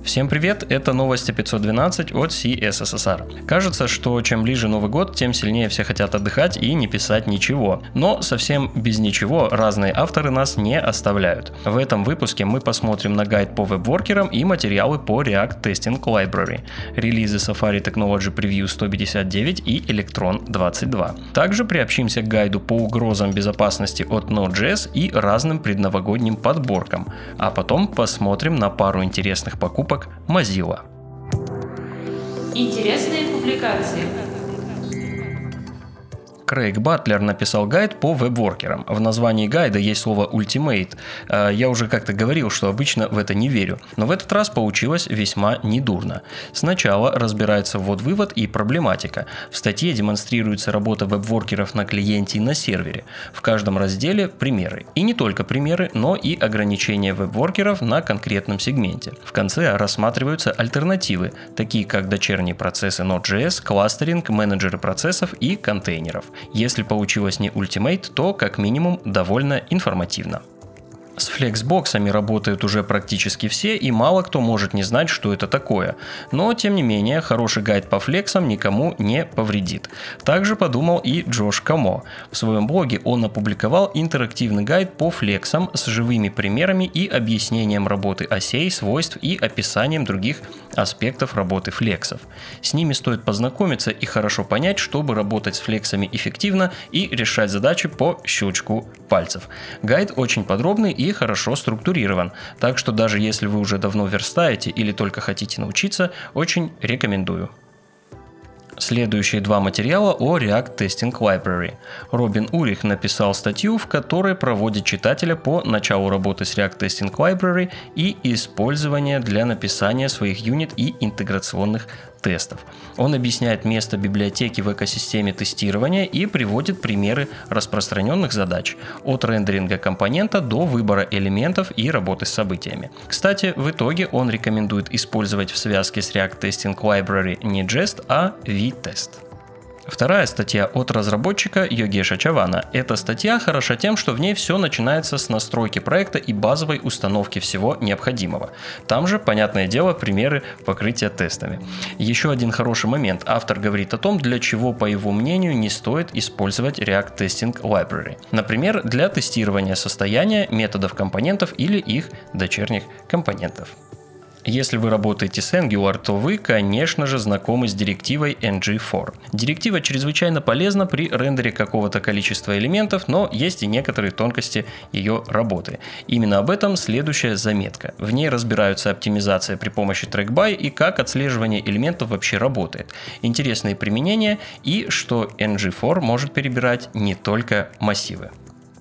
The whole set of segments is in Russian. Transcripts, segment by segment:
Всем привет, это новости 512 от CSSR. Кажется, что чем ближе Новый год, тем сильнее все хотят отдыхать и не писать ничего. Но совсем без ничего разные авторы нас не оставляют. В этом выпуске мы посмотрим на гайд по веб-воркерам и материалы по React Testing Library, релизы Safari Technology Preview 159 и Electron 22. Также приобщимся к гайду по угрозам безопасности от Node.js и разным предновогодним подборкам, а потом посмотрим на пару интересных покупок Mozilla. Интересные публикации. Крейг Батлер написал гайд по веб-воркерам. В названии гайда есть слово Ultimate. Я уже как-то говорил, что обычно в это не верю, но в этот раз получилось весьма недурно. Сначала разбирается ввод-вывод и проблематика. В статье демонстрируется работа веб-воркеров на клиенте и на сервере. В каждом разделе примеры. И не только примеры, но и ограничения веб-воркеров на конкретном сегменте. В конце рассматриваются альтернативы, такие как дочерние процессы Node.js, кластеринг, менеджеры процессов и контейнеров. Если получилось не Ultimate, то как минимум довольно информативно. С флексбоксами работают уже практически все, и мало кто может не знать, что это такое. Но, тем не менее, хороший гайд по флексам никому не повредит. Также подумал и Джош Камо. В своем блоге он опубликовал интерактивный гайд по флексам с живыми примерами и объяснением работы осей, свойств и описанием других аспектов работы флексов. С ними стоит познакомиться и хорошо понять, чтобы работать с флексами эффективно и решать задачи по щелчку пальцев. Гайд очень подробный и хорошо структурирован, так что даже если вы уже давно верстаете или только хотите научиться, очень рекомендую. Следующие два материала о React Testing Library. Робин Урих написал статью, в которой проводит читателя по началу работы с React Testing Library и использования для написания своих юнит и интеграционных тестов. Он объясняет место библиотеки в экосистеме тестирования и приводит примеры распространенных задач, от рендеринга компонента до выбора элементов и работы с событиями. Кстати, в итоге он рекомендует использовать в связке с React Testing Library не Jest, а VTest. Вторая статья от разработчика Йогеша Чавана. Эта статья хороша тем, что в ней все начинается с настройки проекта и базовой установки всего необходимого. Там же, понятное дело, примеры покрытия тестами. Еще один хороший момент. Автор говорит о том, для чего, по его мнению, не стоит использовать React Testing Library. Например, для тестирования состояния, методов компонентов или их дочерних компонентов. Если вы работаете с Angular, то вы, конечно же, знакомы с директивой ng-for. Директива чрезвычайно полезна при рендере какого-то количества элементов, но есть и некоторые тонкости ее работы. Именно об этом следующая заметка. В ней разбираются оптимизация при помощи track-by и как отслеживание элементов вообще работает, интересные применения и что ng-for может перебирать не только массивы.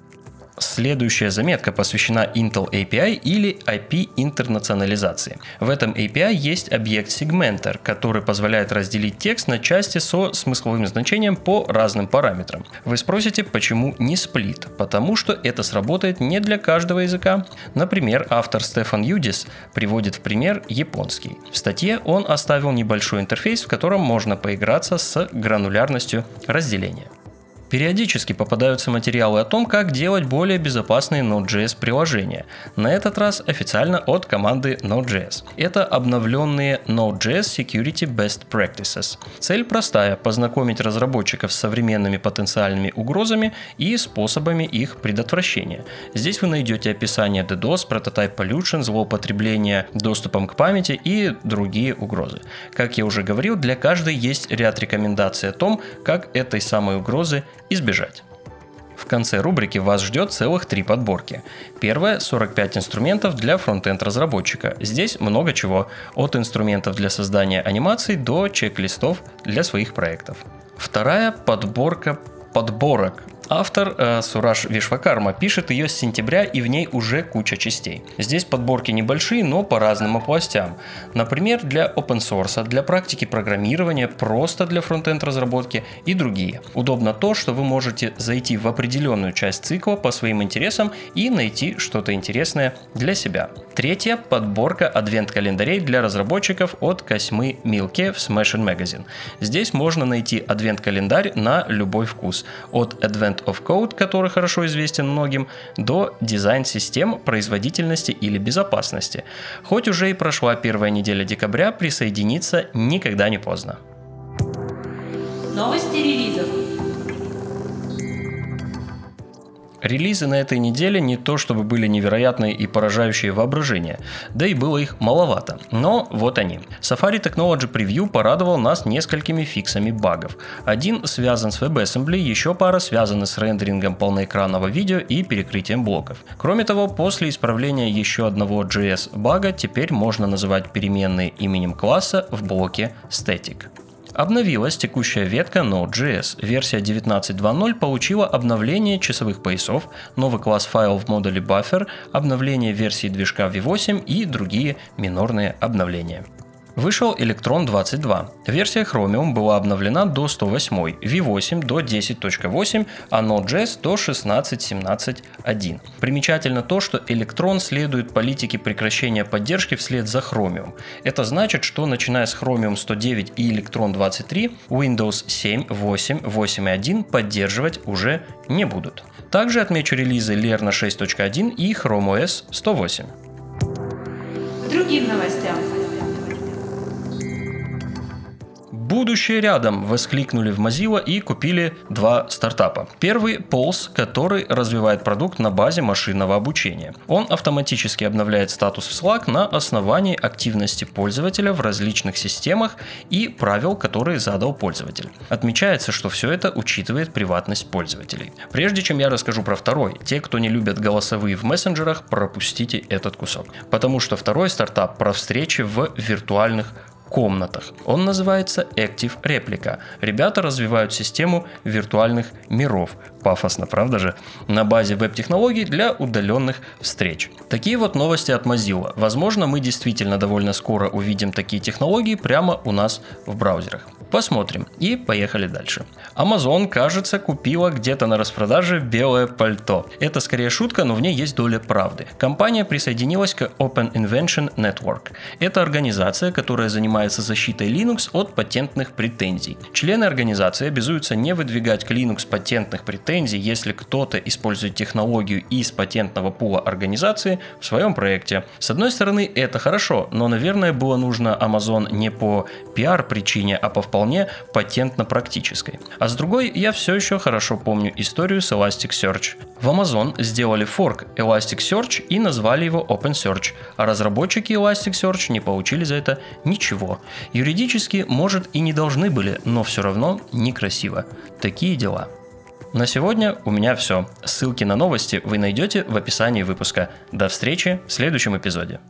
Следующая заметка посвящена Intel API или IP-интернационализации. В этом API есть объект Segmenter, который позволяет разделить текст на части со смысловым значением по разным параметрам. Вы спросите, почему не сплит? Потому что это сработает не для каждого языка. Например, автор Стефан Юдис приводит в пример японский. В статье он оставил небольшой интерфейс, в котором можно поиграться с гранулярностью разделения. Периодически попадаются материалы о том, как делать более безопасные Node.js приложения. На этот раз официально от команды Node.js. Это обновленные Node.js Security Best Practices. Цель простая – познакомить разработчиков с современными потенциальными угрозами и способами их предотвращения. Здесь вы найдете описание DDoS, Prototype Pollution, злоупотребление доступом к памяти и другие угрозы. Как я уже говорил, для каждой есть ряд рекомендаций о том, как этой самой угрозы избежать. В конце рубрики вас ждет целых 3 подборки. Первая – 45 инструментов для фронтенд разработчика. Здесь много чего, от инструментов для создания анимаций до чек-листов для своих проектов. Вторая – подборка подборок. Автор Сураш Вишвакарма пишет ее с сентября, и в ней уже куча частей. Здесь подборки небольшие, но по разным областям. Например, для open source, для практики программирования, просто для фронтенд разработки и другие. Удобно то, что вы можете зайти в определенную часть цикла по своим интересам и найти что-то интересное для себя. Третья – подборка адвент-календарей для разработчиков от Косьмы Милке в Smashing Magazine. Здесь можно найти адвент-календарь на любой вкус, от Advent development of code, который хорошо известен многим, до дизайн-систем, производительности или безопасности. Хоть уже и прошла первая неделя декабря, присоединиться никогда не поздно. Новости релизов. Релизы на этой неделе не то чтобы были невероятные и поражающие воображение, да и было их маловато, но вот они. Safari Technology Preview порадовал нас несколькими фиксами багов. Один связан с WebAssembly, еще пара связаны с рендерингом полноэкранного видео и перекрытием блоков. Кроме того, после исправления еще одного JS бага теперь можно называть переменные именем класса в блоке static. Обновилась текущая ветка Node.js. Версия 19.2.0 получила обновление часовых поясов, новый класс файл в модуле Buffer, обновление версии движка V8 и другие минорные обновления. Вышел Electron 22. Версия Chromium была обновлена до 108, V8 до 10.8, а Node.js до 16.17.1. Примечательно то, что Electron следует политике прекращения поддержки вслед за Chromium. Это значит, что начиная с Chromium 109 и Electron 23, Windows 7, 8, 8.1 поддерживать уже не будут. Также отмечу релизы Lerna 6.1 и Chrome OS 108. К другим новостям. Будущее рядом, воскликнули в Mozilla и купили два стартапа. Первый Pulse, который развивает продукт на базе машинного обучения. Он автоматически обновляет статус в Slack на основании активности пользователя в различных системах и правил, которые задал пользователь. Отмечается, что все это учитывает приватность пользователей. Прежде чем я расскажу про второй, те, кто не любят голосовые в мессенджерах, пропустите этот кусок. Потому что второй стартап про встречи в виртуальных комнатах. Он называется Active Replica. Ребята развивают систему виртуальных миров. Пафосно, правда же? На базе веб-технологий для удаленных встреч. Такие вот новости от Mozilla. Возможно, мы действительно довольно скоро увидим такие технологии прямо у нас в браузерах. Посмотрим. И поехали дальше. Amazon, кажется, купила где-то на распродаже белое пальто. Это скорее шутка, но в ней есть доля правды. Компания присоединилась к Open Invention Network. Это организация, которая занимается защитой Linux от патентных претензий. Члены организации обязуются не выдвигать к Linux патентных претензий, если кто-то использует технологию из патентного пула организации в своем проекте. С одной стороны, это хорошо, но, наверное, было нужно Amazon не по пиар-причине, а по вполне патентно-практической. А с другой, я все еще хорошо помню историю с Elasticsearch. В Amazon сделали форк Elasticsearch и назвали его OpenSearch, а разработчики Elasticsearch не получили за это ничего. Юридически, может, и не должны были, но все равно некрасиво. Такие дела. На сегодня у меня все. Ссылки на новости вы найдете в описании выпуска. До встречи в следующем эпизоде.